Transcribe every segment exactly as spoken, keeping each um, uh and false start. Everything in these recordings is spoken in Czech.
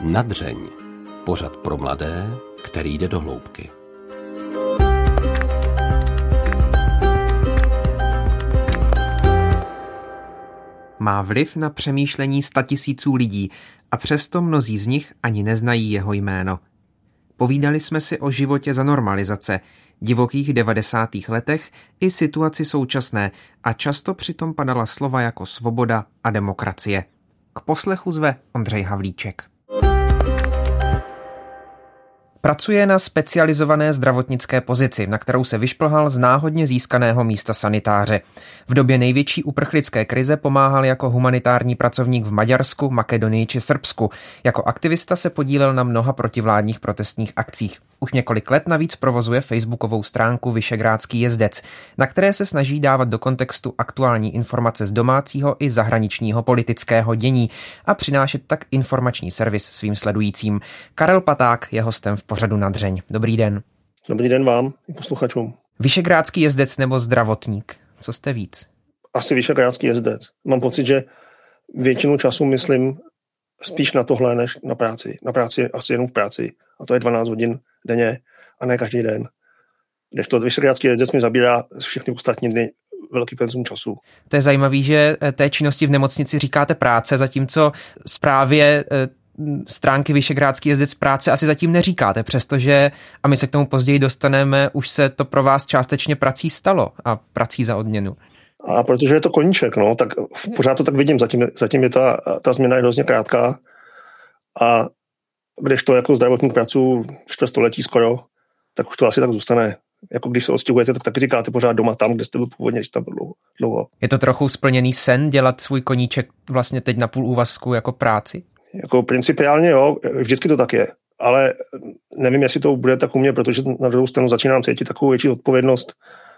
Nadřeň. Pořad pro mladé, který jde do hloubky. Má vliv na přemýšlení statisíců lidí a přesto mnozí z nich ani neznají jeho jméno. Povídali jsme si o životě za normalizace, divokých devadesátých letech i situaci současné a často přitom padala slova jako svoboda a demokracie. K poslechu zve Ondřej Havlíček. Pracuje na specializované zdravotnické pozici, na kterou se vyšplhal z náhodně získaného místa sanitáře. V době největší uprchlické krize pomáhal jako humanitární pracovník v Maďarsku, Makedonii či Srbsku. Jako aktivista se podílel na mnoha protivládních protestních akcích. Už několik let navíc provozuje facebookovou stránku Vyšegrádský jezdec, na které se snaží dávat do kontextu aktuální informace z domácího i zahraničního politického dění a přinášet tak informační servis svým sledujícím. Karel Paták je hostem v pořadu Nadřeň. Dobrý den. Dobrý den vám i posluchačům. Vyšegrádský jezdec nebo zdravotník? Co jste víc? Asi vyšegrádský jezdec. Mám pocit, že většinu času myslím spíš na tohle, než na práci. Na práci asi jenom v práci. A to je dvanáct hodin denně a ne každý den. Kdežto vyšegrádský jezdec mi zabírá všechny ostatní dny velký penzum času. To je zajímavé, že té činnosti v nemocnici říkáte práce, zatímco zprávě stránky Vyšegrádský jezdec práce asi zatím neříkáte, přestože, a my se k tomu později dostaneme, už se to pro vás částečně prací stalo a prací za odměnu. A protože je to koníček, no, tak pořád to tak vidím, zatím, zatím je ta, ta změna je hrozně krátká a když to jako zdravotník pracuji čtvrtstoletí skoro, tak už to asi tak zůstane. Jako když se odstěhujete, tak taky říkáte pořád doma tam, kde jste byl původně, když tam byl dlouho. Je to trochu splněný sen dělat svůj koníček vlastně teď na půl úvazku jako práci? Jako principiálně jo, vždycky to tak je, ale nevím, jestli to bude tak u mě, protože na druhou stranu začínám cítit takovou větší odpovědnost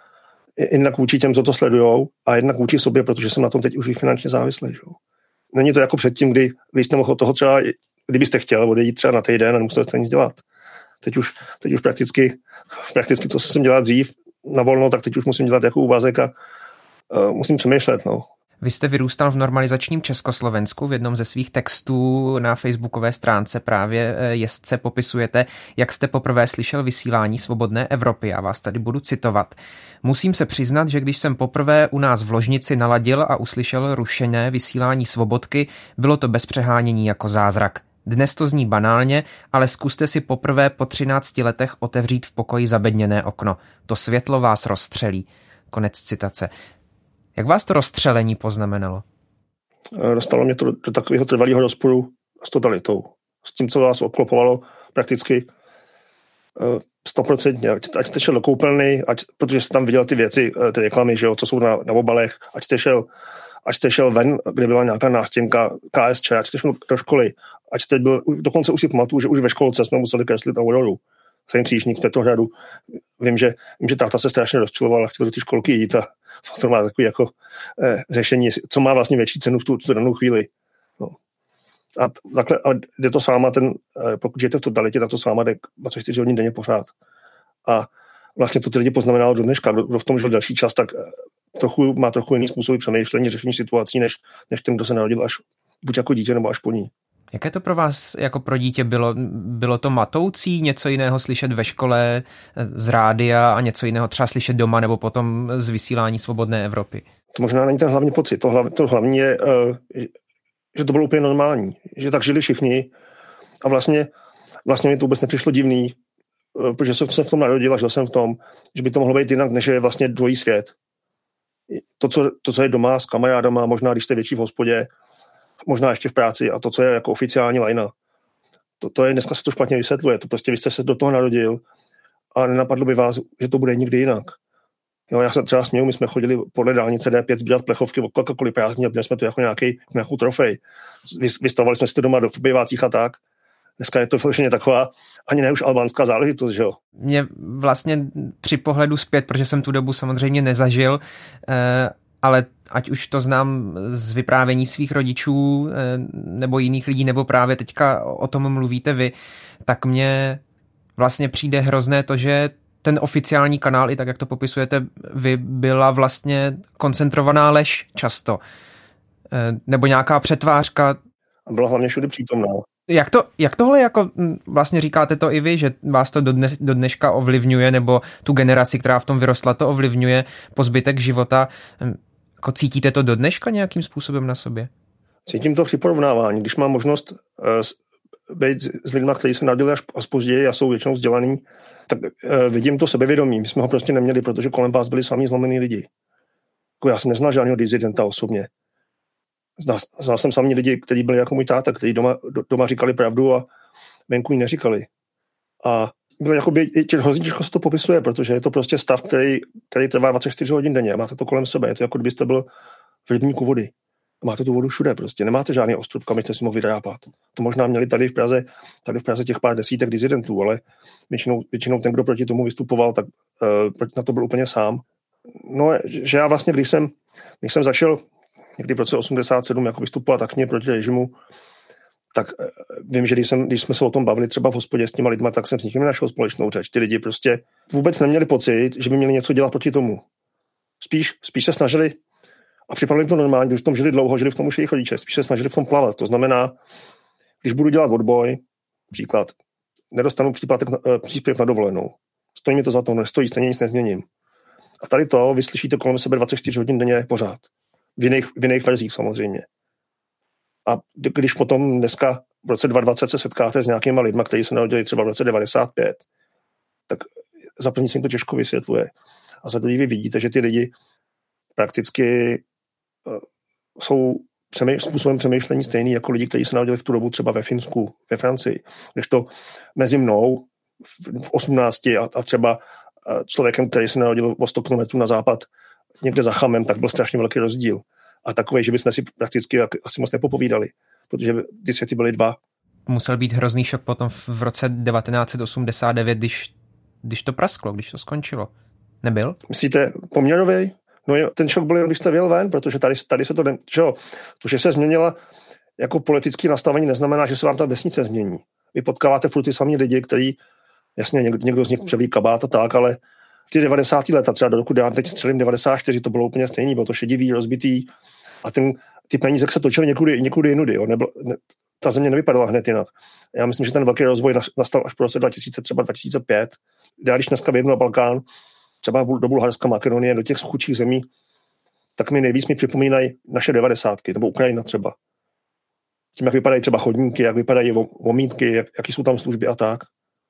jednak vůči těm, co to sledujou, a jednak vůči sobě, protože jsem na tom teď už i finančně závislý. Že? Není to jako předtím, kdy, kdy jste mohl toho třeba, kdybyste chtěl odejít třeba na týden a nemusel jste nic dělat. Teď už, teď už prakticky, prakticky to, co jsem dělal dřív na volno, tak teď už musím dělat jako úvazek a uh, musím přemýšlet. No. Vy jste vyrůstal v normalizačním Československu. V jednom ze svých textů na facebookové stránce právě jezdce popisujete, jak jste poprvé slyšel vysílání Svobodné Evropy. Já vás tady budu citovat. Musím se přiznat, že když jsem poprvé u nás v ložnici naladil a uslyšel rušené vysílání Svobodky, bylo to bez přehánění jako zázrak. Dnes to zní banálně, ale zkuste si poprvé po třinácti letech otevřít v pokoji zabedněné okno. To světlo vás rozstřelí. Konec citace. Jak vás to rozstřelení poznamenalo? Dostalo mě to do, do takového trvalého rozporu s totalitou. S tím, co vás obklopovalo prakticky stoprocentně. Ať, ať jste šel do koupelny, ať, protože jste tam viděl ty věci, ty reklamy, že jo, co jsou na, na obalech, ať jste, šel, ať jste šel ven, kde byla nějaká nástěnka K S Č, ať jste šel do školy, ať jste byl, dokonce už si pamatuju, že už ve školce jsme museli kreslit Auroru. Jsem křížník v Petrohradu. Vím, že, vím, že táta se strašně rozčiloval a chtěl do ty školky jít a to má takový jako eh, řešení, co má vlastně větší cenu v tu, tu danou chvíli. No. A takhle a jde to s váma, ten, eh, pokud žijete v totalitě, tak to s váma jde dvacet čtyři hodin denně pořád. A vlastně to ty lidi poznamenalo do dneška, kdo v tom žil další čas, tak eh, trochu, má trochu jiný způsob přemýšlení, řešení situací, než, než ten, kdo se narodil až buď jako dítě, nebo až po ní. Jaké to pro vás jako pro dítě bylo? Bylo to matoucí něco jiného slyšet ve škole z rádia a něco jiného třeba slyšet doma nebo potom z vysílání Svobodné Evropy? To možná není ten hlavní pocit. To, hlav, to hlavní je, že to bylo úplně normální. Že tak žili všichni a vlastně, vlastně mi to vůbec nepřišlo divný, protože jsem se v tom narodil a žil jsem v tom, že by to mohlo být jinak, než je vlastně dvojí svět. To, co, to, co je doma s kamarádama, možná když jste větší v hospodě, možná ještě v práci a to, co je jako oficiální lajna. To, to je, dneska se to špatně vysvětluje. To prostě vy jste se do toho narodil a nenapadlo by vás, že to bude nikdy jinak. Jo, já se třeba směju, my jsme chodili podle dálnice D pět sbírat plechovky od Coca-Coly prázdní a měli jsme to jako nějaký, nějakou trofej. Vystavovali jsme si to doma do bývácích a tak. Dneska je to vlastně taková, ani ne už albánská záležitost, že jo. Mě vlastně při pohledu zpět, protože jsem tu dobu samozřejmě nezažil, eh, ale ať už to znám z vyprávění svých rodičů nebo jiných lidí, nebo právě teďka o tom mluvíte vy, tak mně vlastně přijde hrozné to, že ten oficiální kanál, i tak, jak to popisujete vy, byla vlastně koncentrovaná lež často. Nebo nějaká přetvářka. A byla hlavně všude přítomná. Jak, to, jak tohle, jako vlastně říkáte to i vy, že vás to do, dnes, do dneška ovlivňuje, nebo tu generaci, která v tom vyrostla, to ovlivňuje po zbytek života. Jako cítíte to do dneška nějakým způsobem na sobě? Cítím to při porovnávání. Když mám možnost uh, být s lidmi, kteří se narodili až, až později a jsou většinou vzdělaný, tak uh, vidím to sebevědomí. My jsme ho prostě neměli, protože kolem vás byli sami zlomený lidi. Jako já jsem neznal žádného disidenta osobně. Znal, znal jsem sami lidi, kteří byli jako můj táta, kteří doma, doma říkali pravdu a venku ji neříkali. A jakoby, hrozně těžko se to popisuje, protože je to prostě stav, který, který trvá dvacet čtyři hodin denně. Máte to kolem sebe. Je to jako kdybyste byl v rybníku vody. Máte tu vodu všude prostě. Nemáte žádný ostrup, kam jste si mohli vyrápat. To možná měli tady v Praze, tady v Praze těch pár desítek disidentů, ale většinou, většinou ten, kdo proti tomu vystupoval, tak uh, na to byl úplně sám. No, že já vlastně, když jsem, když jsem začal někdy v roce osmdesát sedm jako vystupovat aktivně proti režimu, tak uh, vím, že když, jsem, když jsme se o tom bavili třeba v hospodě s těma lidma, tak jsem s nimi našel společnou řeč. Ty lidi prostě vůbec neměli pocit, že by měli něco dělat proti tomu. Spíš, spíš se snažili a připadlo jim to normálně, když v tom žili dlouho, žili v tom už jejich rodiče, spíš se snažili v tom plavat. To znamená, když budu dělat odboj, příklad, nedostanu příplatek, příspěvek na dovolenou. Stojí mi to za to, nestojí, stejně nic nezměním. A tady to vyslyšíte kolem sebe dvacet čtyři hodin denně pořád. V jiných, v jiných verzích samozřejmě. A když potom dneska v roce dvacet dvacet se setkáte s nějakýma lidma, kteří se narodili třeba v roce devadesát pět, tak za první se jim to těžko vysvětluje. A za druhý vy vidíte, že ty lidi prakticky uh, jsou přemýš- způsobem přemýšlení stejný jako lidi, kteří se narodili v tu dobu třeba ve Finsku, ve Francii. Když to mezi mnou v, v osmnácti a, a třeba uh, člověkem, který se narodil o sto kilometrů na západ někde za Chamem, tak byl strašně velký rozdíl. A takový, že bychom si prakticky asi moc nepopovídali, protože ty světy byly dva. Musel být hrozný šok potom v roce devatenáct set osmdesát devět, když, když to prasklo, když to skončilo. Nebyl? Myslíte poměrovej? No ten šok byl, když jste vyjel ven, protože tady, tady se to, ne, čo, to, že se změnila jako politické nastavení, neznamená, že se vám ta vesnice změní. Vy potkáváte furt ty samý lidi, kteří, jasně, někdo, někdo z nich převí kabát a tak, ale ty devadesátá léta, třeba do roku, teď střelím devadesát čtyři, to bylo úplně stejný, bylo to šedivý, rozbitý a ten, ty peníze se točily někudy, někudy jinudy. Jo. Nebyl, ne, ta země nevypadala hned jinak. Já myslím, že ten velký rozvoj nastal až po roce dva tisíce, třeba dva tisíce pět. Já když dneska vyjedu na Balkán, třeba do Bulharska, Makedonie, do těch chudších zemí, tak mi nejvíc mi připomínají naše devadesátky, nebo Ukrajina třeba. Tím, jak vypadají třeba chodníky, jak vypadají vomítky, jak, jaký jsou tam služby a tak.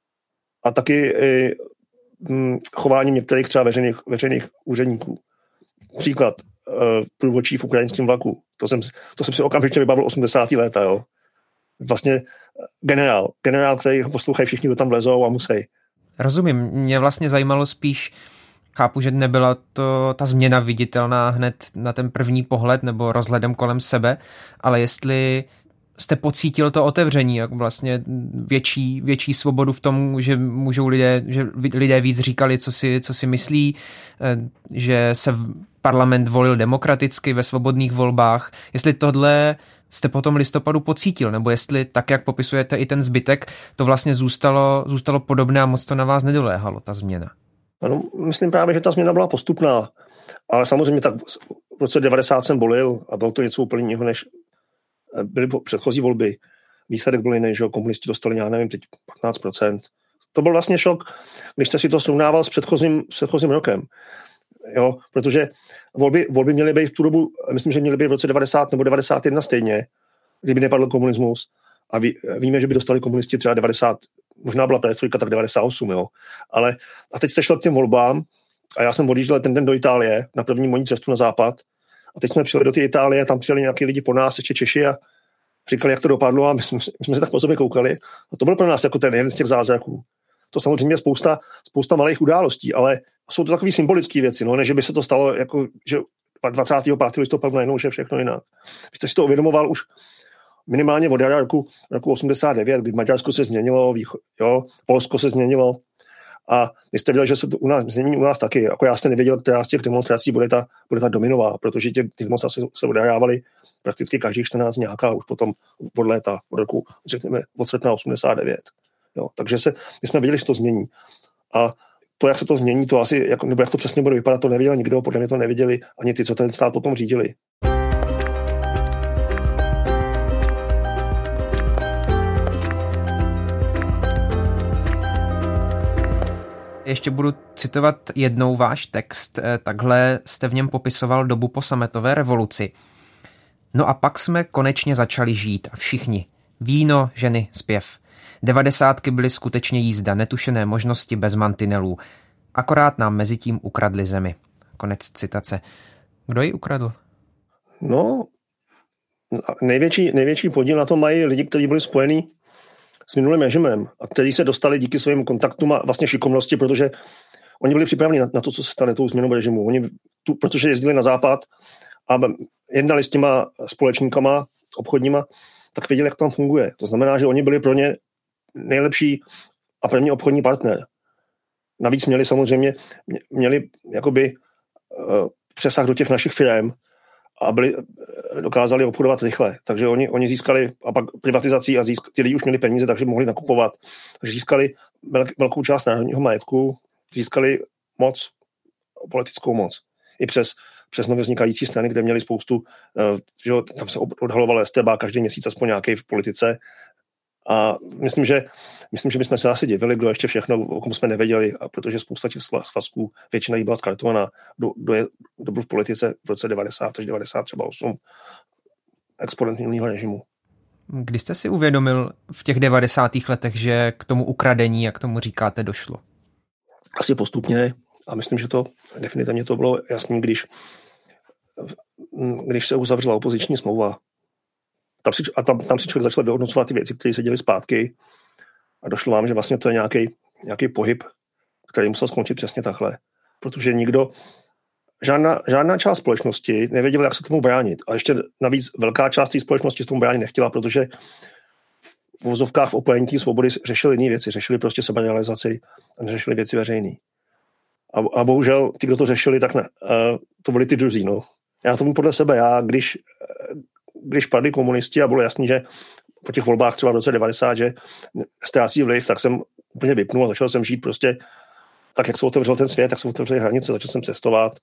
A taky i, hm, chování některých třeba veřejných, veřejných úředníků. Příklad, uh, průvodčí v ukrajinském vlaku. To jsem, to jsem si okamžitě vybavil osmdesátá léta, jo. Vlastně generál, generál, který ho poslouchají všichni, kdo tam vlezou a musí. Rozumím, mě vlastně zajímalo spíš, chápu, že nebyla to ta změna viditelná hned na ten první pohled nebo rozhledem kolem sebe, ale jestli jste pocítil to otevření, jak vlastně větší, větší svobodu v tom, že můžou lidé, že lidé víc říkali, co si, co si myslí, že se parlament volil demokraticky ve svobodných volbách. Jestli tohle jste po tom listopadu pocítil, nebo jestli tak, jak popisujete i ten zbytek, to vlastně zůstalo, zůstalo podobné a moc to na vás nedoléhalo, ta změna. Ano, myslím právě, že ta změna byla postupná, ale samozřejmě tak v roce devadesát jsem volil a bylo to něco úplně jiného, než byly předchozí volby. Výsledek byl jiný, že komunisti dostali, já nevím, teď patnáct procent. To byl vlastně šok, když jste si to srovnával s předchozím, s předchozím rokem. Jo, protože volby, volby měly být v tu dobu, myslím, že měly být v roce devadesát nebo devadesát jedna stejně, kdyby nepadl komunismus. A ví, víme, že by dostali komunisti třeba devadesát, možná byla perestrojka, tak devadesát osm, jo. Ale a teď jste šel k těm volbám a já jsem odjížděl ten den do Itálie na první mojí cestu na západ a teď jsme přijeli do té Itálie, tam přijeli nějaký lidi po nás, ještě Češi a říkali, jak to dopadlo a my jsme, my jsme se tak po sobě koukali a to byl pro nás jako ten jeden z těch zázraků. To samozřejmě je spousta, spousta malých událostí, ale jsou to takové symbolické věci, no, než by se to stalo, jako, že dvacátého pátého listopadu najednou, že všechno jinak. Vy jste si to uvědomoval už minimálně od jara roku, roku osmdesát devět, kdy Maďarsko se změnilo, výcho, jo, Polsko se změnilo a vy jste viděli, že se to u nás změní u nás taky. Jako já jste nevěděl, která z těch demonstrací bude ta, bude ta dominová, protože těch demonstrací se odehrávaly prakticky každých čtrnáct nějaká už potom od léta, od roku, řekněme, od srpna osmdesát devět. Jo, takže se, my jsme viděli, že to změní. A to, jak se to změní, to asi, jako, nebo jak to přesně bude vypadat, to nevěděl nikdo, podle mě to neviděli ani ty, co ten stát potom řídili. Ještě budu citovat jednou váš text. Takhle jste v něm popisoval dobu po sametové revoluci. No a pak jsme konečně začali žít a všichni. Víno, ženy, zpěv. Devadesátky byly skutečně jízda, netušené možnosti bez mantinelů. Akorát nám mezi tím ukradli zemi. Konec citace. Kdo ji ukradl? No, největší, největší podíl na to mají lidi, kteří byli spojení s minulým režimem a kteří se dostali díky svým kontaktům a vlastně šikovnosti, protože oni byli připraveni na, na to, co se stane tou změnou režimu. Oni, tu, protože jezdili na západ a jednali s těma společníkama obchodníma, tak věděli, jak tam funguje. To znamená, že oni byli pro ně nejlepší a první obchodní partner. Navíc měli samozřejmě měli jakoby uh, přesah do těch našich firm a byli, dokázali obchodovat rychle. Takže oni, oni získali, a pak privatizací a získali, ty lidi už měli peníze, takže mohli nakupovat. Takže získali velk, velkou část národního majetku, získali moc, politickou moc. I přes, přes nově vznikající strany, kde měli spoustu, uh, že tam se odhaloval S T B každý měsíc aspoň nějaký v politice. A myslím, že myslím, že bychom se asi divili, kdo ještě všechno, o kom jsme nevěděli, a protože spousta těch svazků, většina jich byla skartovaná, kdo, kdo, je, kdo byl v politice v roce devadesát až devadesát třeba osm, exponent minulého režimu. Kdy jste si uvědomil v těch devadesátých letech, že k tomu ukradení, jak tomu říkáte, došlo? Asi postupně a myslím, že to definitivně to bylo jasný, když, když se uzavřela opoziční smlouva. Tam si, a tam, tam si člověk začal vyhodnocovat ty věci, které se děly zpátky a došlo vám, že vlastně to je nějaký, nějaký pohyb, který musel skončit přesně takhle. Protože nikdo, žádná, žádná část společnosti nevěděla, jak se tomu bránit. A ještě navíc velká část té společnosti se tomu bránit nechtěla, protože v vozovkách v opojení svobody řešili jiné věci. Řešili prostě seberealizaci a neřešili věci veřejné. A, a bohužel ti, kdo to řešili, tak ne. Uh, to byli ty druzí. No. Já tomu podle sebe, já když když padli komunisti a bylo jasný, že po těch volbách třeba v roce devadesát, že ztrácí vliv, tak jsem úplně vypnul a začal jsem žít prostě tak, jak se otevřel ten svět, tak se otevřely hranice, začal jsem cestovat.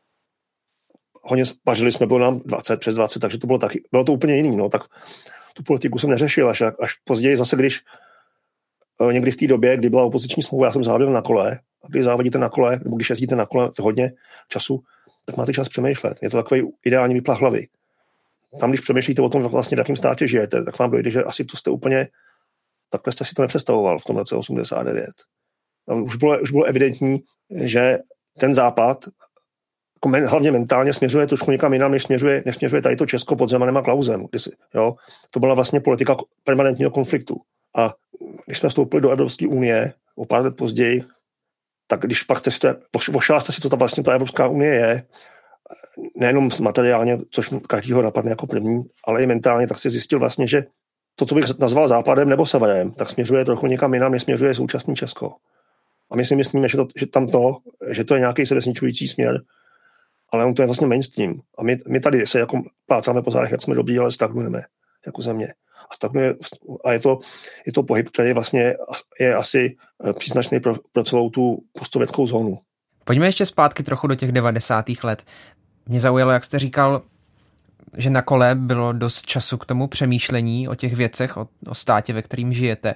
Hodně pařili jsme, bylo nám dvacet, přes dvacet, takže to bylo taky, bylo to úplně jiný, no, tak tu politiku jsem neřešil, až, až později zase, když někdy v té době, kdy byla opoziční smlouva, já jsem závodil na kole, a když závodíte na kole, nebo když jezdíte na kole hodně času, tak máte čas přemýšlet. Je to takový ideální výplach hlavy. Tam, když přemýšlíte o tom, vlastně v jakém státě žijete, tak vám dojde, že asi to jste úplně, takhle jste si to nepředstavoval v tom roce osmdesát devět. A už bylo, už bylo evidentní, že ten západ jako men, hlavně mentálně směřuje trošku někam jinam, než směřuje, než směřuje tady to Česko pod Zemanem a Klausem. Si, jo? To byla vlastně politika permanentního konfliktu. A když jsme vstoupili do Evropské unie o pár let později, tak když pak jste si to, vošla jste si to, ta vlastně ta Evropská unie je, nejenom materiálně, což každýho napadne jako první, ale i mentálně, tak si zjistil vlastně, že to, co bych nazval západem nebo severem, tak směřuje trochu někam jinam, než směřuje současný Česko. A my si myslíme, že, to, že tam to, že to je nějaký sebezničující směr, ale on to je vlastně mainstream. A my, my tady se jako plácáme po zádech, jak jsme dobrý, ale stagnujeme jako země. A stagnuje, a je to, je to pohyb, který vlastně je asi příznačný pro, pro celou tu postsovětskou zónu. Pojďme ještě zpátky trochu do těch devadesátých let. Mě zaujalo, jak jste říkal, že na kole bylo dost času k tomu přemýšlení o těch věcech, o, o státě, ve kterým žijete.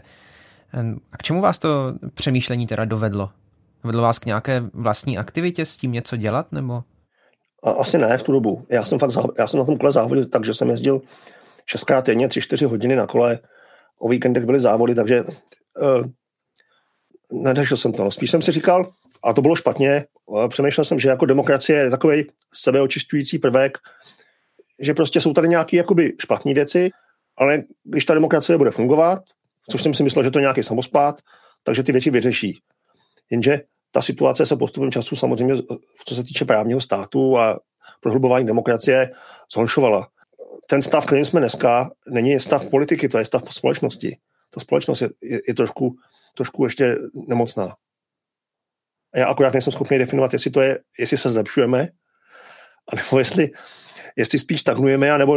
A k čemu vás to přemýšlení teda dovedlo? Dovedlo vás k nějaké vlastní aktivitě, s tím něco dělat, nebo? A asi ne v tu dobu. Já jsem, fakt, já jsem na tom kole závodil tak, že jsem jezdil šestkrát týdně, tři, čtyři hodiny na kole. O víkendech byly závody, takže uh, neřešil jsem to. Spíš jsem si říkal, a to bylo špatně, přemýšlel jsem, že jako demokracie je takovej sebeočišťující prvek, že prostě jsou tady nějaké jakoby špatné věci, ale když ta demokracie bude fungovat, což jsem si myslel, že to je nějaký samospát, takže ty věci vyřeší. Jenže ta situace se postupem času samozřejmě, co se týče právního státu a prohlubování demokracie, zhoršovala. Ten stav, kterým jsme dneska, není stav politiky, to je stav společnosti. Ta společnost je, je, je trošku, trošku ještě nemocná. A já akorát nejsem schopný definovat, jestli to je, jestli se zlepšujeme, anebo jestli, jestli spíš stagnujeme, anebo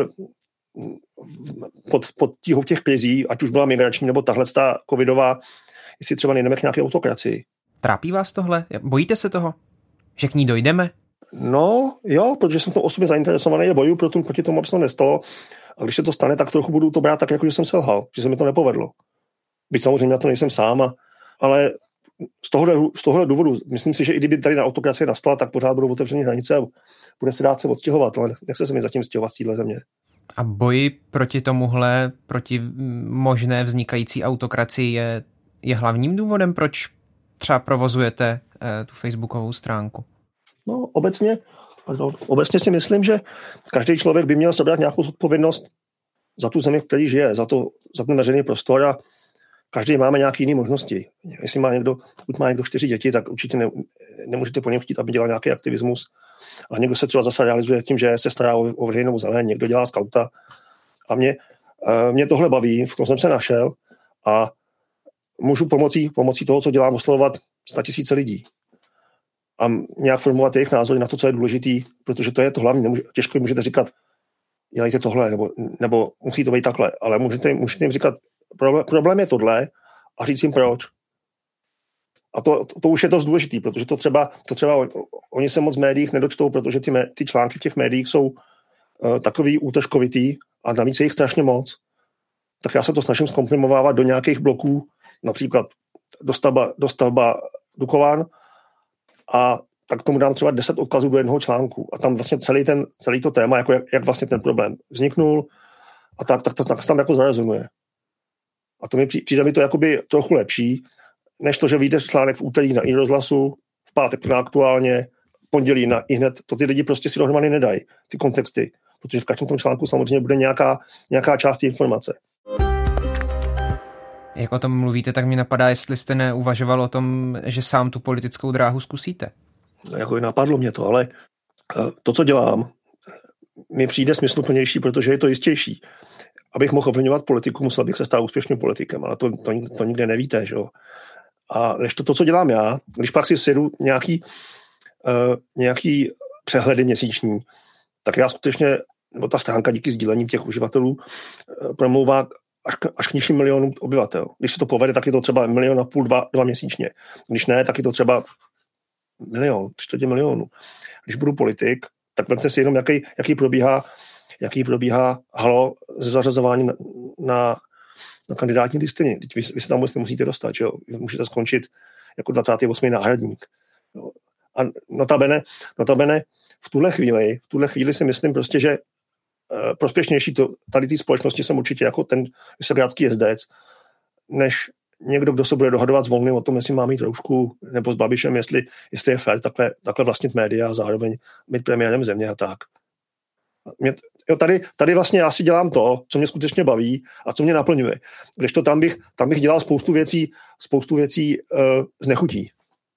pod, pod tíhou těch krizí, ať už byla migrační, nebo tahle ta covidová, jestli třeba nejdeme k nějaké autokracii. Trápí vás tohle? Bojíte se toho? Že k ní dojdeme? No, jo, protože jsem to osobně zainteresovaný a bojuju proti, proti tomu, aby se to nestalo. A když se to stane, tak trochu budu to brát tak, jako že jsem selhal, že se mi to nepovedlo. Byť samozřejmě na to nejsem sám, a, ale z tohohle, z tohohle důvodu, myslím si, že i kdyby tady na autokracie nastala, tak pořád budou otevřené hranice a bude se dát se odstěhovat, ale nechce se mi zatím stěhovat z téhle země. A boj proti tomuhle, proti možné vznikající autokracii je, je hlavním důvodem, proč třeba provozujete eh, tu facebookovou stránku? No, obecně, pardon, obecně si myslím, že každý člověk by měl sebrat nějakou zodpovědnost za tu zemi, který žije, za, to, za ten veřejný prostor a každý máme nějaké jiné možnosti. Jestli má někdo, pokud má někdo čtyři děti, tak určitě ne, nemůžete po něm chtít, aby dělal nějaký aktivismus. A někdo se třeba zase realizuje tím, že se stará o, o veřejnou zeleň, někdo dělá skauta. A mě, mě tohle baví, v tom jsem se našel a můžu pomocí, pomocí toho, co dělám, oslovovat statisíce lidí. A nějak formovat jejich názory na to, co je důležitý, protože to je to hlavní. Nemůže, těžko jim můžete říkat, dělejte tohle, nebo, nebo musí to být takhle, ale můžete, můžete jim říkat, problém, problém je tohle a říct jim proč. A to, to, to už je dost důležitý, protože to třeba, to třeba oni se moc v médiích nedočtou, protože ty, ty články v těch médiích jsou uh, takový útržkovitý a navíc je jich strašně moc. Tak já se to snažím zkomprimovávat do nějakých bloků, například dostavba, dostavba Dukovan a tak tomu dám třeba deset odkazů do jednoho článku a tam vlastně celý, ten, celý to téma, jako jak, jak vlastně ten problém vzniknul a tak, tak, tak, tak se tam jako zarezonuje. A to mi přijde mi to jakoby trochu lepší, než to, že vyjde článek v úterý na iRozhlasu, v pátek na Aktuálně, pondělí na ihned, to ty lidi prostě si dohromady nedají, ty kontexty, protože v každém tom článku samozřejmě bude nějaká, nějaká část informace. Jak o tom mluvíte, tak mi napadá, jestli jste neuvažoval o tom, že sám tu politickou dráhu zkusíte. No, jako napadlo mě to, ale to, co dělám, mi přijde smysluplnější, protože je to jistější. Abych mohl ovlivňovat politiku, musel bych se stát úspěšným politikem, ale to, to, to nikde nevíte, že jo. A než to, to, co dělám já, když pak si sjedu nějaký, uh, nějaký přehledy měsíční, tak já skutečně, nebo ta stránka díky sdílení těch uživatelů uh, promlouvá až k, až k nižším milionům obyvatel. Když se to povede, tak je to třeba milion a půl, dva, dva měsíčně. Když ne, tak je to třeba milion, čtvrtě milionů. Když budu politik, tak vemte si jenom, jaký, jaký probíhá jaký probíhá halo se zařazováním na, na, na kandidátní listiny. Teď vy, vy se tam musíte dostat, že jo? Vy můžete skončit jako dvacátý osmý náhradník. Jo? A notabene, notabene v tuhle chvíli, v tuhle chvíli si myslím prostě, že uh, prospěšnější to, tady té společnosti jsem určitě jako ten vysokrátský jezdec, než někdo, kdo se bude dohadovat s Volným o tom, jestli má mít roušku, nebo s Babišem, jestli, jestli je fér takhle, takhle vlastnit média a zároveň být premiérem země a tak. Mě, jo, tady, tady vlastně já si dělám to, co mě skutečně baví a co mě naplňuje. Když to tam bych, tam bych dělal spoustu věcí, spoustu věcí uh, z nechutí.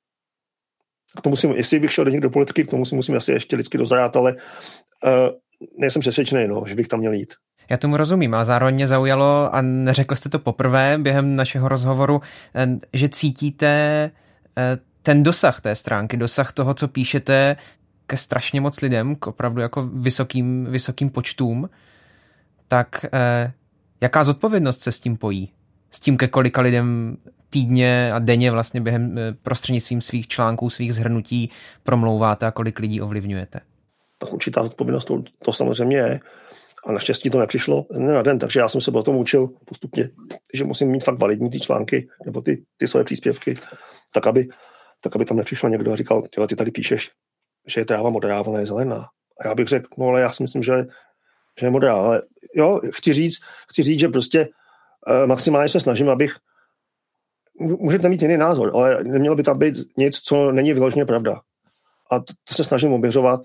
K tomu musím, jestli bych šel do někdo do politiky, k tomu si musím asi ještě lidsky dozrát, ale uh, nejsem přesvědčený, no, že bych tam měl jít. Já tomu rozumím a zároveň mě zaujalo, a neřekl jste to poprvé během našeho rozhovoru, že cítíte ten dosah té stránky, dosah toho, co píšete, ke strašně moc lidem, k opravdu jako vysokým, vysokým počtům, tak eh, jaká zodpovědnost se s tím pojí? S tím, ke kolika lidem týdně a denně vlastně během eh, prostřednictvím svých článků, svých shrnutí promlouváte a kolik lidí ovlivňujete? Tak určitá zodpovědnost to, to samozřejmě je. A naštěstí to nepřišlo ze dne na den, takže já jsem se o tom učil postupně, že musím mít fakt validní ty články nebo ty, ty své příspěvky, tak aby, tak aby tam nepřišel někdo a říkal, tyhle, ty tady píšeš, že je tráva modrá, ona je zelená. A já bych řekl, no ale já si myslím, že, že je modrá. Ale jo, chci říct, chci říct, že prostě uh, maximálně se snažím, abych můžete mít jiný názor, ale nemělo by tam být nic, co není vyloženě pravda. A to, to se snažím oběřovat.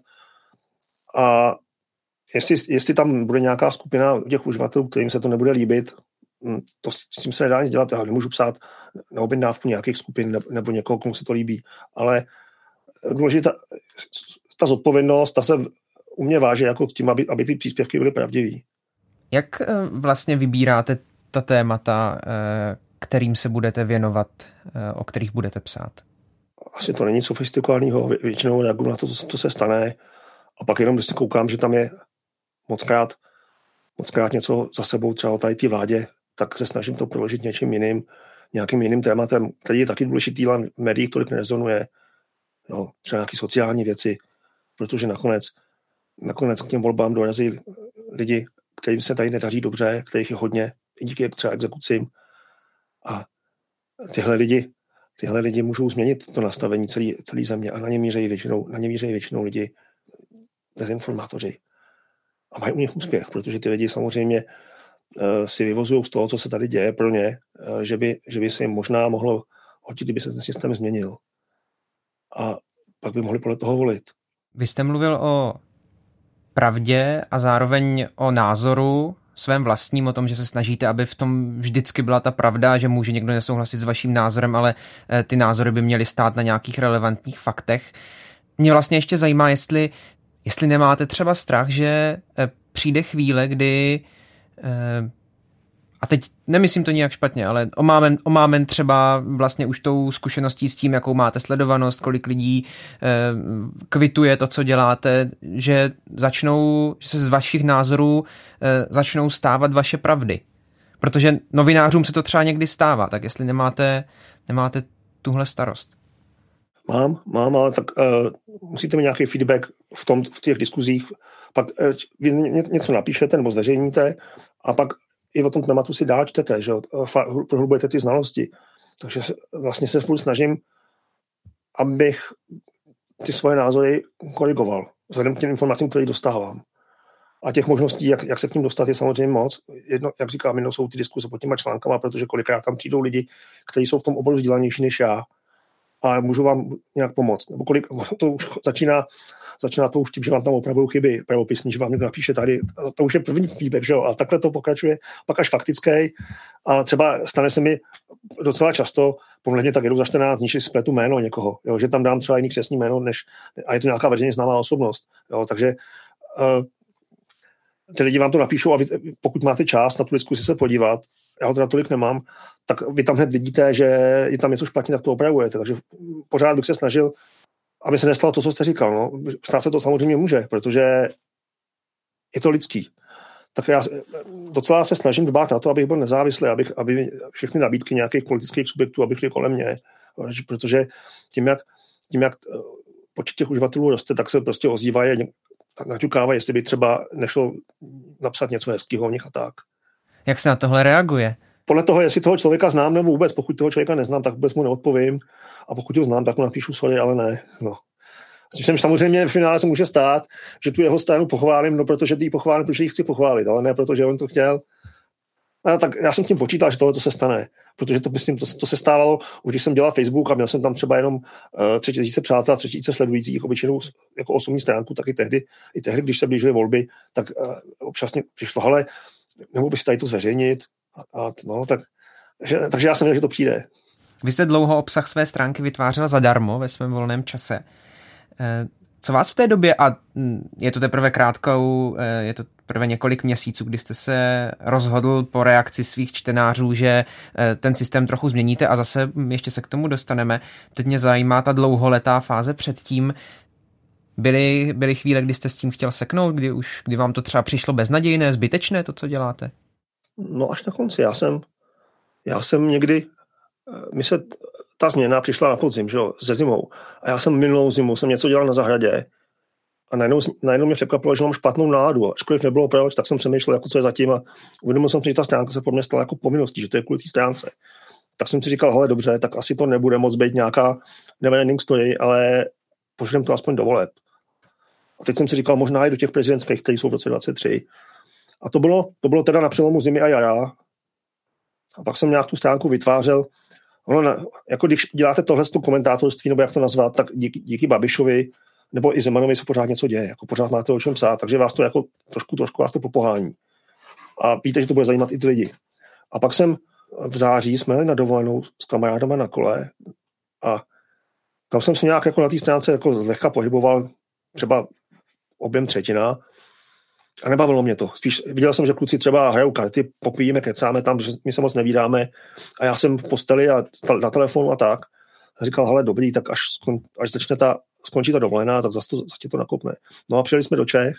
A jestli, jestli tam bude nějaká skupina těch uživatelů, kterým se to nebude líbit, to s tím se nedá nic dělat. Já nemůžu psát na objednávku nějakých skupin nebo někoho, komu se to líbí. Ale důležitá ta zodpovědnost, ta se u mě váže jako tím, aby, aby ty příspěvky byly pravdivý. Jak vlastně vybíráte ta témata, kterým se budete věnovat, o kterých budete psát? Asi to není sofistikovaného, většinou reaguju na to, co se stane a pak jenom, když se koukám, že tam je mockrát, mockrát něco za sebou, třeba o tady té vládě, tak se snažím to proložit něčím jiným, nějakým jiným tématem, který je taky důležitý, ale v médiích tolik nerezonuje. Jo, třeba nějaké sociální věci, protože nakonec, nakonec k těm volbám dorazí lidi, kterým se tady nedaří dobře, kterých je hodně, i díky třeba exekucím. A tyhle lidi, tyhle lidi můžou změnit to nastavení celé celý země a na ně mířejí většinou, na ně mířejí většinou lidi dezinformátoři. A mají u nich úspěch, protože ty lidi samozřejmě uh, si vyvozují z toho, co se tady děje pro ně, uh, že, by, že by se jim možná mohlo hodit, kdyby se ten systém změnil. A pak by mohli podle toho volit. Vy jste mluvil o pravdě a zároveň o názoru svém vlastním, o tom, že se snažíte, aby v tom vždycky byla ta pravda, že může někdo nesouhlasit s vaším názorem, ale ty názory by měly stát na nějakých relevantních faktech. Mě vlastně ještě zajímá, jestli, jestli nemáte třeba strach, že přijde chvíle, kdy, a teď nemyslím to nijak špatně, ale omámen, omámen třeba vlastně už tou zkušeností s tím, jakou máte sledovanost, kolik lidí kvituje to, co děláte, že začnou, že se z vašich názorů začnou stávat vaše pravdy. Protože novinářům se to třeba někdy stává, tak jestli nemáte, nemáte tuhle starost. Mám, mám, ale tak uh, musíte mít nějaký feedback v, tom, v těch diskuzích, pak uh, vy něco napíšete nebo zveřejníte a pak i o tom tématu si dál čtete, že prohlubujete ty znalosti. Takže vlastně se furt snažím, abych ty svoje názory korigoval vzhledem k těm informacím, které dostávám. A těch možností, jak, jak se k ním dostat, je samozřejmě moc. Jedno, jak říkám, jedno jsou ty diskuse pod těma článkama, protože kolikrát tam přijdou lidi, kteří jsou v tom oboru vzdělanější než já a můžu vám nějak pomoct. Nebo kolik, to už začíná Začíná to už tím, že vám tam opravují chyby pravopisní, že vám někdo napíše tady, to už je první feedback, že jo, a takhle to pokračuje, pak až faktický. A třeba stane se mi docela často, podle mě tak jedou za čtrnáct dní, že spletu jméno někoho, jo, že tam dám třeba jiný křestní jméno, než, a je to nějaká veřejně známá osobnost. Jo, takže uh, ty lidi vám to napíšou a vy, pokud máte čas na tu diskusi se podívat, já ho teda tolik nemám, tak vy tam hned vidíte, že je tam něco špatně, tak to opravujete. Takže pořád bych se snažil, aby se nestalo to, co jste říkal. No. Stát se to samozřejmě může, protože je to lidský. Tak já docela se snažím dbát na to, abych byl nezávislý, abych, aby všechny nabídky nějakých politických subjektů, abych šli kolem mě. Protože tím, jak, tím, jak počet těch uživatelů roste, tak se prostě ozývají, naťukávají, jestli by třeba nešlo napsat něco hezkého o nich a tak. Jak se na tohle reaguje? Podle toho, jestli toho člověka znám nebo vůbec, pokud toho člověka neznám, tak vůbec mu neodpovím. A pokud ho znám, tak mu napíšu sorry, ale ne. No. Jsem samozřejmě v finále se může stát, že tu jeho stranu pochválím, no protože ty ji pochválím, protože ji chci pochválit, ale ne protože on to chtěl. A tak já jsem tím počítal, že tohle to se stane, protože to, myslím, to, to se stávalo, už když jsem dělal Facebook a měl jsem tam třeba jenom uh, tři tisíce přátel, tři tisíce sledujících, obyčejnou jako osobní stránku, tak i tehdy, i tehdy, když se blížily volby, tak uh, občas přišlo, ale nemohl bych si tady to zveřejnit. A, a, no, tak, že, takže já jsem věděl, že to přijde. Vy jste dlouho obsah své stránky vytvářela zadarmo ve svém volném čase. Co vás v té době, a je to teprve krátkou, je to teprve několik měsíců, kdy jste se rozhodl po reakci svých čtenářů, že ten systém trochu změníte a zase ještě se k tomu dostaneme. Teď mě zajímá ta dlouholetá fáze předtím. Byly, byly chvíle, kdy jste s tím chtěl seknout, kdy už, kdy vám to třeba přišlo beznadějné, zbytečné, to, co děláte? No až na konci. Já jsem, já jsem někdy, mi se ta změna přišla na podzim, že jo, ze zimou. A já jsem minulou zimu, jsem něco dělal na zahradě a najednou, najednou mě překvapilo, že mám špatnou náladu. Ačkoliv nebylo proč, tak jsem přemýšlel, jako co je zatím a uvědomil jsem si, že ta stránka se pro mě stala jako povinností, že to je kvůli té stránce. Tak jsem si říkal, hele, dobře, tak asi to nebude moc být nějaká neverending story, ale pošlem to aspoň do voleb. A teď jsem si říkal, možná i do těch prezidentských, které jsou v roce dvacet tři. A to bylo, to bylo teda na přelomu zimy a jara. A pak jsem nějak tu stránku vytvářel. Ono na, jako když děláte tohle komentátorství, nebo jak to nazvat, tak díky, díky Babišovi nebo i Zemanovi se pořád něco děje. Jako pořád máte o čem psát, takže vás to jako trošku, trošku vás to popohání. A víte, že to bude zajímat i ty lidi. A pak jsem v září jsme jeli na dovolenou s kamarádama na kole a tam jsem se nějak jako na té stránce jako zlehka pohyboval, třeba objem třetina. A nebavilo mě to. Spíš viděl jsem, že kluci třeba hrajou karty, popijíme, kecáme tam, že my se moc nevídáme a já jsem v posteli a na telefonu a tak. A říkal, hele, dobrý, tak až, skon, až začne ta, skončí ta dovolená, tak zase to, zase to nakopne. No a přijeli jsme do Čech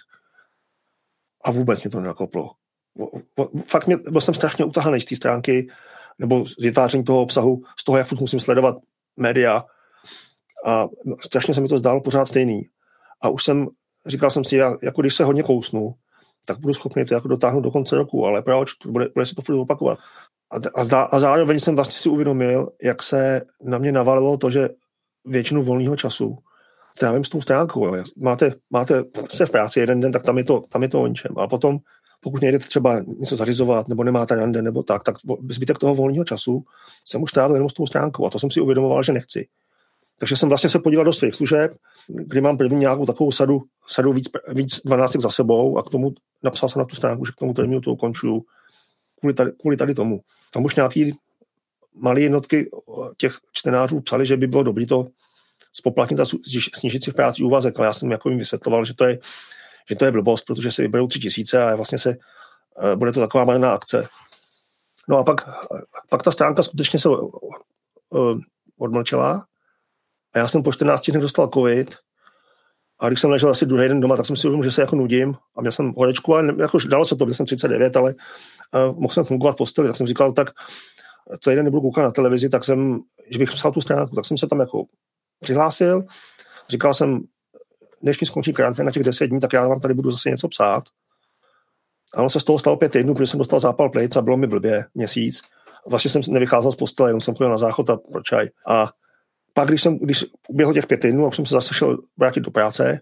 a vůbec mě to nenakoplo. Fakt mě, byl jsem strašně utahaný z té stránky nebo z vytváření toho obsahu, z toho, jak furt musím sledovat média a strašně se mi to zdálo pořád stejný. A už jsem, říkal jsem si, já, jako když se hodně kousnu, tak budu schopný to jako dotáhnout do konce roku, ale proč? Bude, bude se to furt opakovat. A, a, a zároveň jsem vlastně si uvědomil, jak se na mě navalilo to, že většinu volného času trávím s tou stránkou. Máte, máte se v práci jeden den, tak tam je to, tam je to o ničem. A potom, pokud nejdete třeba něco zařizovat, nebo nemáte rande, nebo tak, tak zbytek toho volného času jsem už trávil jenom s tou stránkou. A to jsem si uvědomoval, že nechci. Takže jsem vlastně se podíval do svých služeb, kdy mám první nějakou takovou sadu, sadu víc, víc dvanáctek za sebou a k tomu napsal jsem na tu stránku, že k tomu termínu to ukončuju kvůli tady, kvůli tady tomu. Tam už nějaký malé jednotky těch čtenářů psali, že by bylo dobré to spoplatnit a snížit si v práci úvazek, ale já jsem jako jim vysvětloval, že to je, že to je blbost, protože se vyberou tři tisíce a vlastně se, bude to taková malá akce. No a pak, pak ta stránka skutečně se uh, odmlčela a já jsem po čtrnácti dnech dostal covid a když jsem ležel asi druhý den doma, tak jsem si uvědomil, že se jako nudím a měl jsem horečku, ale jako dalo se to, byl jsem třicet devět, ale uh, mohl jsem fungovat v posteli, tak jsem říkal, tak celý den nebudu koukat na televizi, tak jsem, že bych psal tu stránku, tak jsem se tam jako přihlásil, říkal jsem, než mi skončí karanténa těch deset dní, tak já vám tady budu zase něco psát. A ono se z toho stalo pět týdnů, protože jsem dostal zápal plic a bylo mi blbě měsíc. Vlastně jsem nevycházel z postele, jenom jsem chodil na záchod a pro čaj. A pak, když jsem, když uběhlo těch pět týdnů a už jsem se zase šel vrátit do práce,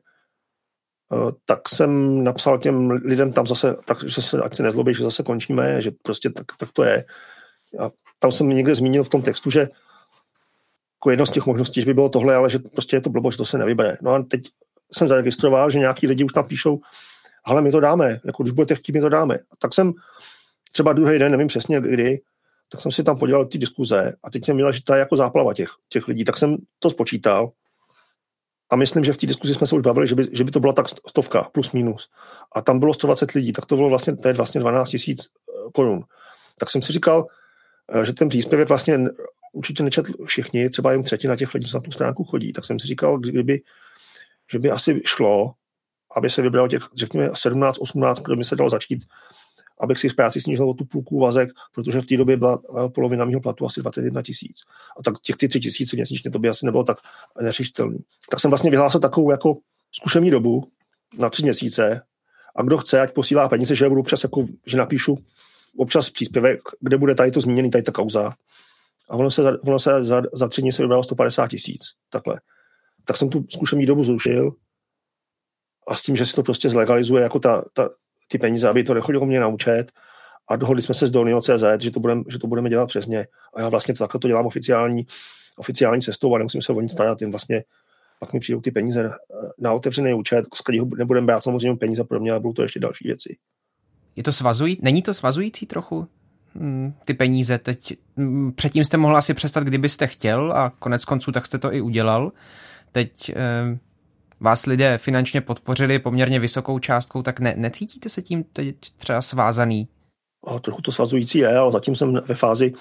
tak jsem napsal těm lidem tam zase, tak, že se, ať se nezlobí, že zase končíme, že prostě tak, tak to je. A tam jsem někde zmínil v tom textu, že jako jedno z těch možností, že by bylo tohle, ale že prostě je to blbo, že to se nevybere. No a teď jsem zaregistroval, že nějaký lidi už tam píšou, ale my to dáme, jako když budete chtít, my to dáme. A tak jsem třeba druhý den, nevím přesně kdy, tak jsem si tam podělal ty diskuze a teď jsem viděl, že to je jako záplava těch, těch lidí, tak jsem to spočítal a myslím, že v té diskuzi jsme se už bavili, že by, že by to byla tak stovka plus minus. A tam bylo sto dvacet lidí, tak to bylo vlastně, to je vlastně dvanáct tisíc korun. Tak jsem si říkal, že ten příspěvek vlastně určitě nečetl všichni, třeba jen třetina těch lidí, co na tu stránku chodí. Tak jsem si říkal, kdyby, že by asi šlo, aby se vybralo těch, řekněme, sedmnáct osmnáct, kde by se dalo začít, abych si z práci snížil o tu půlku vazek, protože v té době byla polovina mého platu asi dvacet jedna tisíc. A tak těch ty tři tisíce měsíčně to by asi nebylo tak neřešitelný. Tak jsem vlastně vyhlásil takovou jako zkušební dobu na tři měsíce a kdo chce, ať posílá peníze, že já budu občas jako, že napíšu občas příspěvek, kde bude tady to zmíněný, tady ta kauza. A ono se, ono se za, za tři dny se vybralo sto padesát tisíc. Takhle. Tak jsem tu zkušební dobu zrušil a s tím, že si to prostě zlegalizuje jako ta, ta, ty peníze, aby to nechodilo mě na účet a dohodli jsme se s Dolnio tečka cé zet, že to, budem, že to budeme dělat přes ně. A já vlastně to, takhle to dělám oficiální, oficiální cestou a nemusím se o nic starat, jen vlastně pak mi přijdou ty peníze na, na otevřený účet, z kterého nebudeme brát samozřejmě peníze pro mě, ale budou to ještě další věci. Je to svazují? Není to svazující trochu? Hmm, ty peníze teď, předtím jste mohl asi přestat, kdybyste chtěl a konec konců tak jste to i udělal. Teď eh, vás lidé finančně podpořili poměrně vysokou částkou, tak ne, necítíte se tím teď třeba svázaný? A trochu to svazující je, ale zatím jsem ve fázi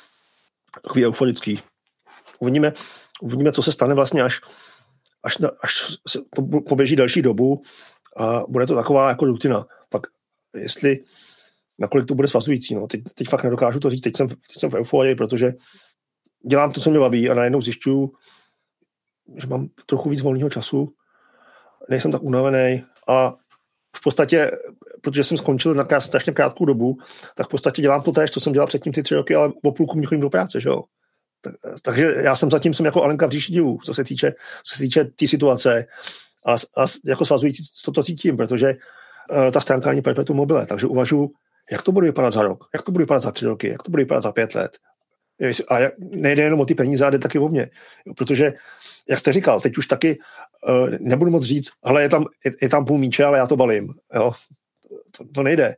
takový euforický. Uvidíme, uvidíme, co se stane vlastně, až, až, až se poběží další dobu a bude to taková jako rutina. Pak jestli nakolik to bude svazující. No. Teď, teď fakt nedokážu to říct, teď jsem, teď jsem v euforii, protože dělám to, co mě baví a najednou zjišťuju, že mám trochu víc volného času, nejsem tak unavený a v podstatě, protože jsem skončil na krát, strašně krátkou dobu, tak v podstatě dělám to též, co jsem dělal předtím ty tři roky, ale o půlku mě chodím do práce, že jo. Tak, takže já jsem zatím jsem jako Alenka v říši divů, co se týče co se týče té situace a, a jako svazující to, to cítím, protože uh, ta stránka ani perpetuum mobile, takže uvažuji, jak to bude vypadat za rok, jak to bude vypadat za tři roky, jak to bude vypadat za pět let. A nejde jenom o ty peníze, ale jde taky o mě. Protože, jak jste říkal, teď už taky uh, nebudu moc říct, ale je tam, je, je tam půl míče, ale já to balím. Jo? To, to nejde.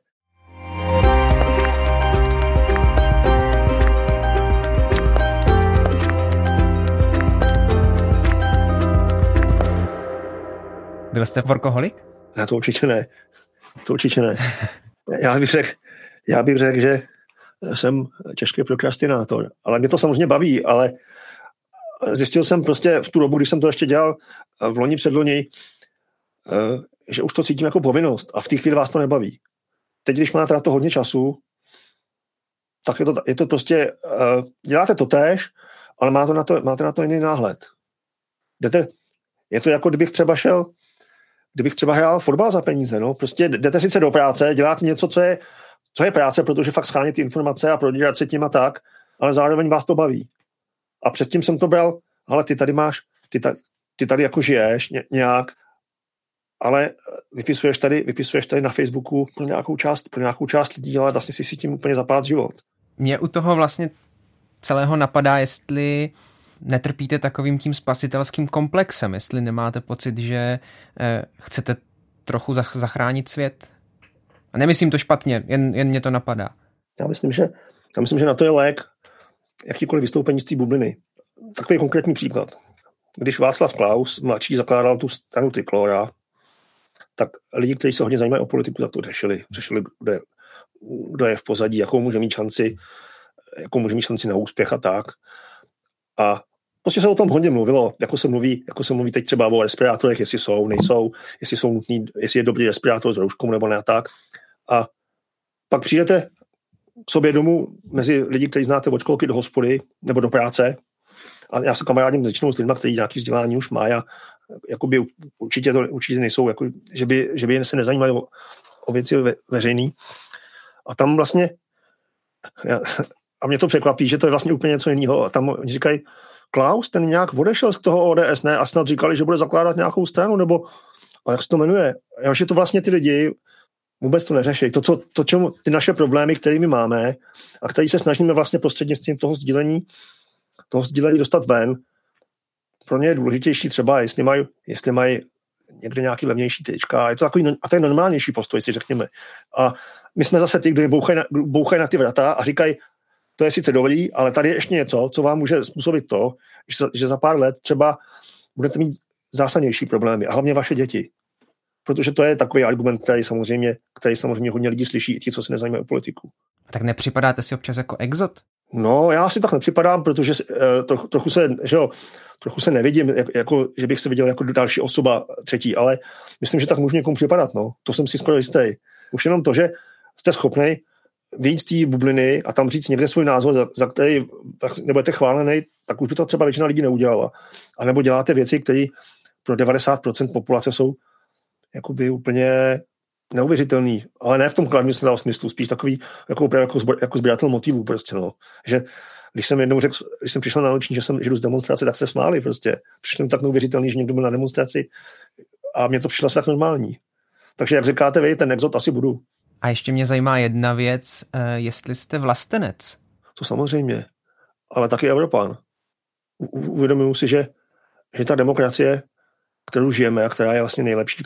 Byl jste workoholik? Ne, to určitě ne. To určitě ne. Já bych řekl, já bych řekl, že jsem těžký prokrastinátor. Ale mě to samozřejmě baví, ale zjistil jsem prostě v tu dobu, když jsem to ještě dělal v loni předloni, že už to cítím jako povinnost a v té chvíli vás to nebaví. Teď, když máte na to hodně času, tak je to, je to prostě, děláte to též, ale máte na to, máte na to jiný náhled. Jdete, je to jako kdybych třeba šel, kdybych třeba hrál fotbal za peníze, no, prostě jdete sice do práce, děláte něco, co je co je práce, protože fakt schánět ty informace a prodírat se tím a tak, ale zároveň vás to baví. A předtím jsem to bral, ale ty tady máš, ty, ta, ty tady jako žiješ ně, nějak, ale vypisuješ tady, vypisuješ tady na Facebooku pro nějakou část, pro nějakou část lidí, ale vlastně si si tím úplně zapát život. Mě u toho vlastně celého napadá, jestli netrpíte takovým tím spasitelským komplexem, jestli nemáte pocit, že eh, chcete trochu zach- zachránit svět. A nemyslím to špatně, jen, jen mě to napadá. Já myslím, že, já myslím, že na to je lék jakýkoliv vystoupení z té bubliny. Takový konkrétní příklad. Když Václav Klaus, mladší, zakládal tu stranu Trikolora, tak lidi, kteří se hodně zajímají o politiku, tak to řešili. Řešili, kdo je, kdo je v pozadí, jakou může mít šanci, jakou může mít šanci na úspěch a tak. A prostě se o tom hodně mluvilo, jako se mluví, jako se mluví teď třeba o respirátorech, jestli jsou, nejsou, jestli jsou nutný, jestli je dobrý respirátor s rouškou nebo ne a tak. A pak přijdete k sobě domů mezi lidi, kteří znáte od školky do hospody nebo do práce. A já se kamarádím většinou s lidmi, kteří nějaký vzdělání už mají a jakoby určitě, to, určitě nejsou, jako, že, by, že by se nezajímali o, o věci ve, veřejný. A tam vlastně já, a mě to překvapí, že to je vlastně úplně něco jiného. A tam oni říkají, Klaus, ten nějak odešel z toho O D S, ne? A snad říkali, že bude zakládat nějakou stranu, nebo a jak se to jmenuje? Jo, že to vlastně ty lidi vůbec to neřeší. To, co, to čemu, ty naše problémy, které my máme a které se snažíme vlastně prostřednictvím toho sdílení, toho sdílení dostat ven, pro ně je důležitější třeba, jestli mají, jestli mají někde nějaký levnější trička. Je to takový, a to je normálnější postoj, si řekněme. A my jsme zase ty, kdo bouchají na, bouchají na ty vrata a říkají, to je sice dobrý, ale tady je ještě něco, co vám může způsobit to, že za, že za pár let třeba budete mít zásadnější problémy a hlavně vaše děti. Protože to je takový argument, který samozřejmě, který samozřejmě hodně lidí slyší, i ti, co se nezajímají o politiku. Tak nepřipadáte si občas jako exot? No, já si tak nepřipadám, protože uh, trochu, trochu, se, že jo, trochu se nevidím, jako, že bych se viděl jako další osoba třetí, ale myslím, že tak můžu někomu připadat. No. To jsem si skoro jistý. Už jenom to, že jste schopný vyjít z té bubliny a tam říct někde svůj názor, za, za který nebudete chválený, tak už by to třeba většina lidí neudělala. A nebo děláte věci, které pro devadesát procent populace jsou jakoby úplně neuvěřitelný, ale ne v tom kladném smyslu, spíš takový jako, jako, zbor, jako sběratel motýlů prostě, no. Že když jsem jednou řekl, když jsem přišel na noční, že jsem žil z demonstrace, tak se smáli prostě. Přišlo mi tak neuvěřitelný, že někdo byl na demonstraci a mně to přišlo tak normální. Takže jak říkáte vy, ten exot asi budu. A ještě mě zajímá jedna věc, jestli jste vlastenec. To samozřejmě, ale taky Evropán. Uvědomuji si, že, že ta demokracie, kterou žijeme a která je vlastně nejlepší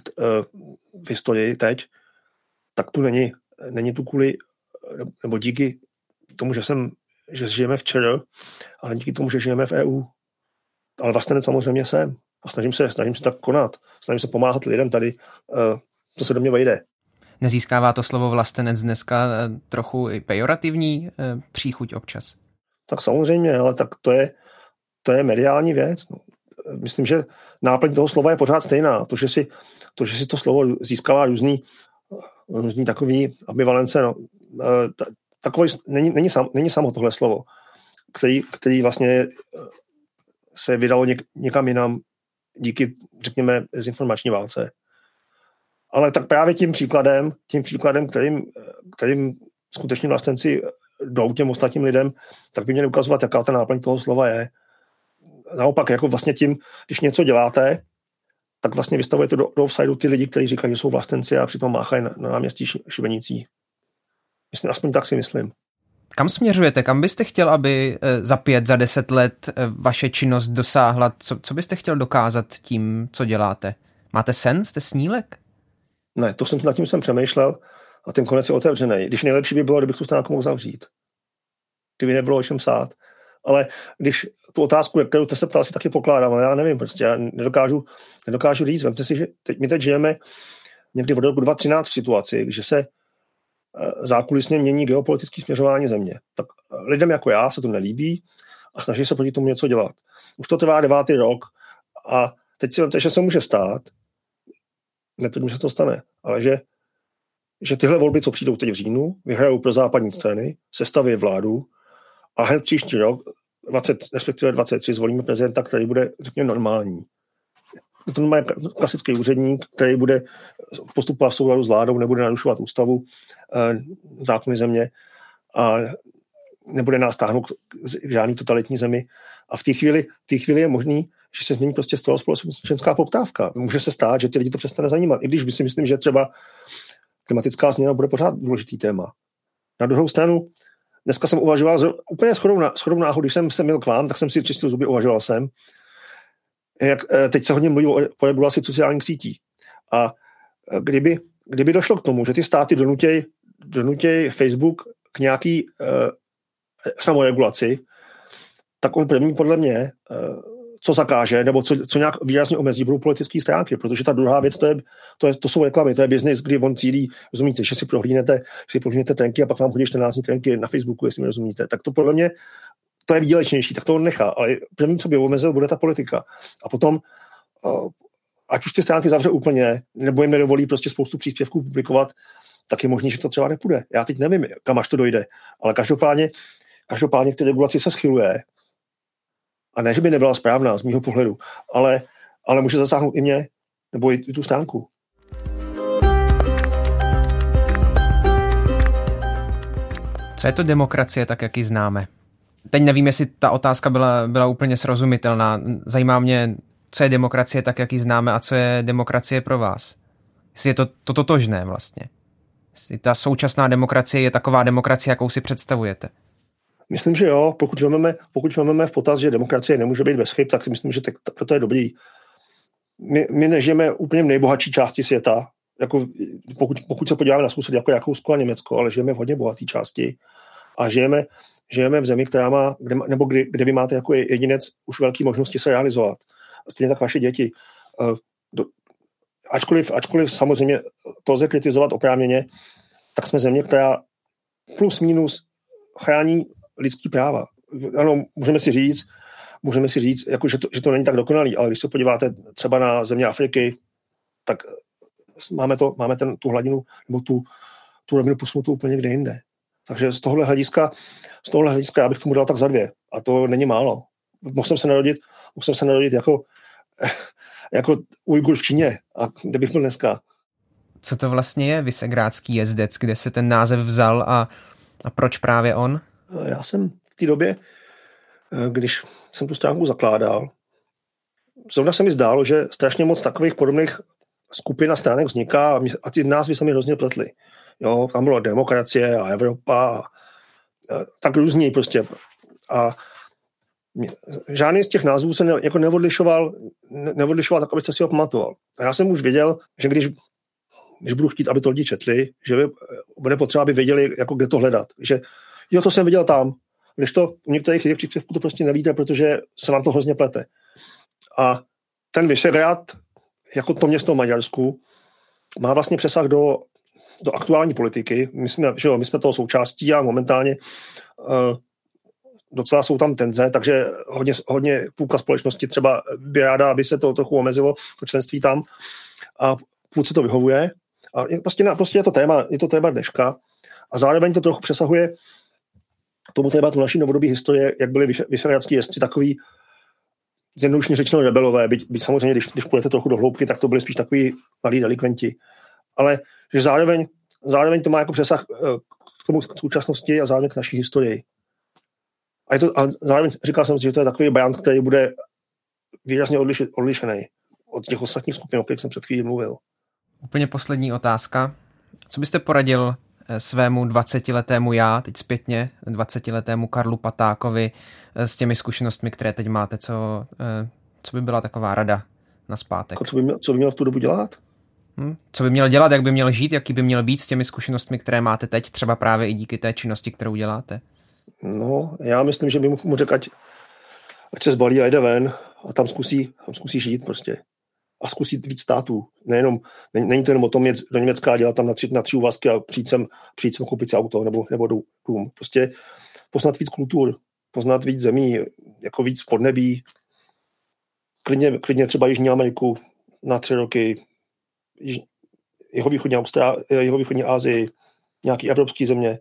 v historii teď, tak tu není, není tu kvůli, nebo díky tomu, že, jsem, že žijeme v ČR, ale díky tomu, že žijeme v E U. Ale vlastenec samozřejmě jsem. A snažím se, snažím se tak konat. Snažím se pomáhat lidem tady, co se do mě vejde. Nezískává to slovo vlastenec dneska trochu i pejorativní příchuť občas? Tak samozřejmě, ale tak to je, to je mediální věc. No. Myslím, že náplň toho slova je pořád stejná. To, že si to, že si to slovo získává různý, různý takový ambivalence, no, takový, není, není, sam, není samo tohle slovo, který, který vlastně se vydalo něk, někam jinam díky, řekněme, dezinformační válce. Ale tak právě tím příkladem, tím příkladem, kterým, kterým skutečně vlastenci jdou těm ostatním lidem, tak by měli ukazovat, jaká ta náplň toho slova je. Naopak, jako vlastně tím, když něco děláte, tak vlastně vystavujete do, do offsideu ty lidi, kteří říkají, že jsou vlastenci a přitom máchají na, na náměstí Šibenicí. Myslím, aspoň tak si myslím. Kam směřujete? Kam byste chtěl, aby za pět, za deset let vaše činnost dosáhla? Co, co byste chtěl dokázat tím, co děláte? Máte sen? Jste snílek? Ne, to jsem nad tím jsem přemýšlel a ten konec je otevřený. Když nejlepší by bylo, kdybych tu stránku mohl zavřít. Kdyby nebylo o čem psát. Ale když tu otázku, kterou jste se ptal, si taky pokládám, ale já nevím, prostě já nedokážu, nedokážu říct. Vemte si, že teď, my teď žijeme někdy od roku dva tisíce třináct v situaci, že se zákulisně mění geopolitické směřování země. Tak lidem jako já se to nelíbí a snaží se proti tomu něco dělat. Už to trvá devátý rok a teď si vemte, že se může stát, netvrdím, že se to stane, ale že, že tyhle volby, co přijdou teď v říjnu, vyhrajou pro západní strany, sestaví vládu a hned příští rok, dvacet, respektive dvacet tři, zvolíme prezidenta, který bude, řekněme, normální. To má klasický úředník, který bude postupovat v souladu s vládou, nebude narušovat ústavu, zákony země a nebude nás táhnout k žádný totalitní zemi. A v té chvíli, v té chvíli je možný, že se změní prostě společenská poptávka. Může se stát, že ty lidi to přestane zajímat. I když by si myslím, že třeba klimatická změna bude pořád důležitý téma. Na druhou stranu, dneska jsem uvažoval, úplně shodou náhodou, když jsem se měl k vám, tak jsem si čistil zuby, uvažoval jsem, jak teď se hodně mluví o, o regulaci sociálních sítí. A kdyby, kdyby došlo k tomu, že ty státy donutějí donutěj Facebook k nějaký uh, samoregulaci, tak on první podle mě, uh, co zakáže, nebo co, co nějak výrazně omezí, budou politické stránky, protože ta druhá věc, to, je, to, je, to jsou reklamy, to je business, kdy on cílí, rozumíte, že si prohlídnete, že si prohlídnete trenky a pak vám chodí čtrnáct dní trenky na Facebooku, jestli mi rozumíte. Tak to podle mě, to je výdělečnější, tak to on nechá, ale první, co by omezil, bude ta politika. A potom, uh, ať už ty stránky zavře úplně, nebo jim nedovolí prostě spoustu příspěvků publikovat, tak je možné, že to třeba nepůjde. Já teď nevím, kam až to dojde, ale každopádně, každopádně k té regulaci se schyluje. A ne, že by nebyla správná z mýho pohledu, ale, ale může zasáhnout i mě, nebo i, i tu stránku. Co je to demokracie, tak jak ji známe? Teď nevím, jestli ta otázka byla, byla úplně srozumitelná. Zajímá mě, co je demokracie, tak jak ji známe, a co je demokracie pro vás. Jestli je to, to totožné vlastně. Jestli ta současná demokracie je taková demokracie, jakou si představujete. Myslím, že jo. Pokud vezmeme, pokud vezmeme v potaz, že demokracie nemůže být bez chyb, tak si myslím, že to, to je dobrý. My, my nežijeme úplně v nejbohatší části světa. Jako, pokud, pokud se podíváme na sousedy jako Rakousko a Německo, ale žijeme v hodně bohaté části. A žijeme, žijeme v zemi, která má, kde, nebo kde, kde vy máte jako jedinec už velké možnosti se realizovat. Stejně tak vaše děti. Do, ačkoliv, ačkoliv samozřejmě to lze kritizovat oprávněně, tak jsme země, která plus minus chrání lidský práva. Ano, můžeme si říct, můžeme si říct, jako, že, to, že to není tak dokonalý, ale když se podíváte třeba na země Afriky, tak máme, to, máme ten, tu hladinu, nebo tu, tu rovinu posunutou úplně někde jinde. Takže z tohohle hlediska, z tohohle hlediska já bych tomu dal tak za dvě. A to není málo. Mohl jsem se narodit, mohl jsem se narodit jako, jako Ujgur v Číně. A kde bych byl dneska? Co to vlastně je Visegrádský jezdec, kde se ten název vzal a, a proč právě on? Já jsem v té době, když jsem tu stránku zakládal, zrovna se mi zdálo, že strašně moc takových podobných skupin a stránek vzniká a ty názvy se mi hrozně pletly. Jo, tam bylo demokracie a Evropa a, a tak různý prostě. A žádný z těch názvů se ne, jako neodlišoval, ne, neodlišoval tak, abyste si ho pamatoval. A já jsem už věděl, že když, když budu chtít, aby to lidi četli, že bude potřeba, aby věděli, jako kde to hledat. Že jo, to jsem viděl tam. Když to u některých lidí příspěvků to prostě nevíte, protože se vám to hrozně plete. A ten Visegrád, jako to město v Maďarsku, má vlastně přesah do, do aktuální politiky. My jsme, že jo, my jsme toho součástí a momentálně uh, docela jsou tam tenze, takže hodně, hodně půlka společnosti třeba by ráda, aby se to trochu omezilo, to členství tam, a půlce to vyhovuje. A prostě, prostě je to téma, je to téma dneška a zároveň to trochu přesahuje tomu tématu naší novodobí historie, jak byli visegrádskí jezdci takový zjednodušeně řečeno rebelové, byť, byť samozřejmě, když, když půjdete trochu do hloubky, tak to byli spíš takový malí delikventi. Ale že zároveň, zároveň to má jako přesah k tomu současnosti a zároveň k naší historii. A, je to, a zároveň říkal jsem si, že to je takový band, který bude výrazně odliš, odlišený od těch ostatních skupin, o kterých jsem před chvílí mluvil. Úplně poslední otázka. Co byste poradil svému dvacetiletému já, teď zpětně, dvacetiletému Karlu Patákovi s těmi zkušenostmi, které teď máte? Co, co by byla taková rada na zpátek? Co by, měl, co by měl v tu dobu dělat? Hm? Co by měl dělat, jak by měl žít, jaký by měl být s těmi zkušenostmi, které máte teď, třeba právě i díky té činnosti, kterou děláte? No, já myslím, že by mu řekl, ať, ať se zbalí a jde ven a tam zkusí, tam zkusí žít prostě. A zkusit víc států. Nejenom, není to jenom o tom jet do Německa a dělat tam na tři, na tři úvazky a přijít sem, přijít sem koupit si auto nebo, nebo dům. Prostě poznat víc kultur, poznat víc zemí, jako víc podnebí. Klidně, klidně třeba Jižní Ameriku na tři roky, jihovýchodní Austrálii, jihovýchodní Asii, nějaký evropský země.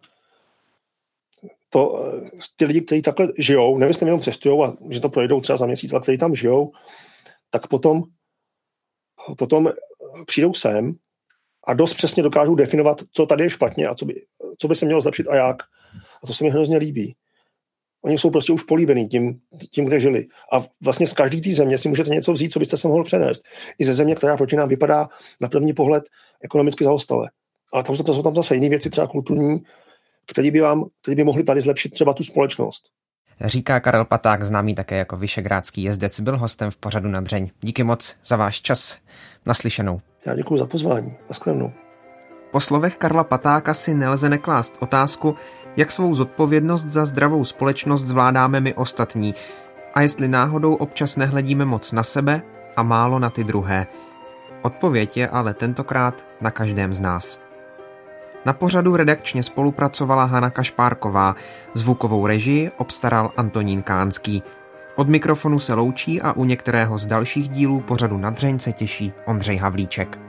To, ty lidi, kteří takhle žijou, nemyslím jenom cestujou a že to projdou třeba za měsíc, ale kteří tam žijou, tak potom potom přijdou sem a dost přesně dokážou definovat, co tady je špatně a co by, co by se mělo zlepšit a jak. A to se mi hrozně líbí. Oni jsou prostě už políbení tím, tím, kde žili. A vlastně z každé té země si můžete něco vzít, co byste se mohl přenést. I ze země, která proti nám vypadá na první pohled ekonomicky zaostale. Ale tam jsou tam zase jiné věci, třeba kulturní, které by vám, které by mohly tady zlepšit třeba tu společnost. Říká Karel Paták, známý také jako vyšegrádský jezdec, byl hostem v pořadu Nadřeň. Díky moc za váš čas. Naslyšenou. Já děkuji za pozvání. Naschledanou. Po slovech Karla Patáka si nelze neklást otázku, jak svou zodpovědnost za zdravou společnost zvládáme my ostatní a jestli náhodou občas nehledíme moc na sebe a málo na ty druhé. Odpověď je ale tentokrát na každém z nás. Na pořadu redakčně spolupracovala Hana Kašpárková, zvukovou režii obstaral Antonín Kánský. Od mikrofonu se loučí a u některého z dalších dílů pořadu Nadřeň se těší Ondřej Havlíček.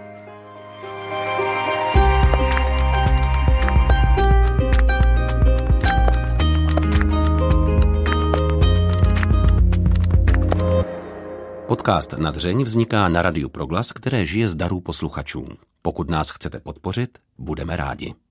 Podcast Nadřeň vzniká na Radiu Proglas, které žije z darů posluchačů. Pokud nás chcete podpořit, budeme rádi.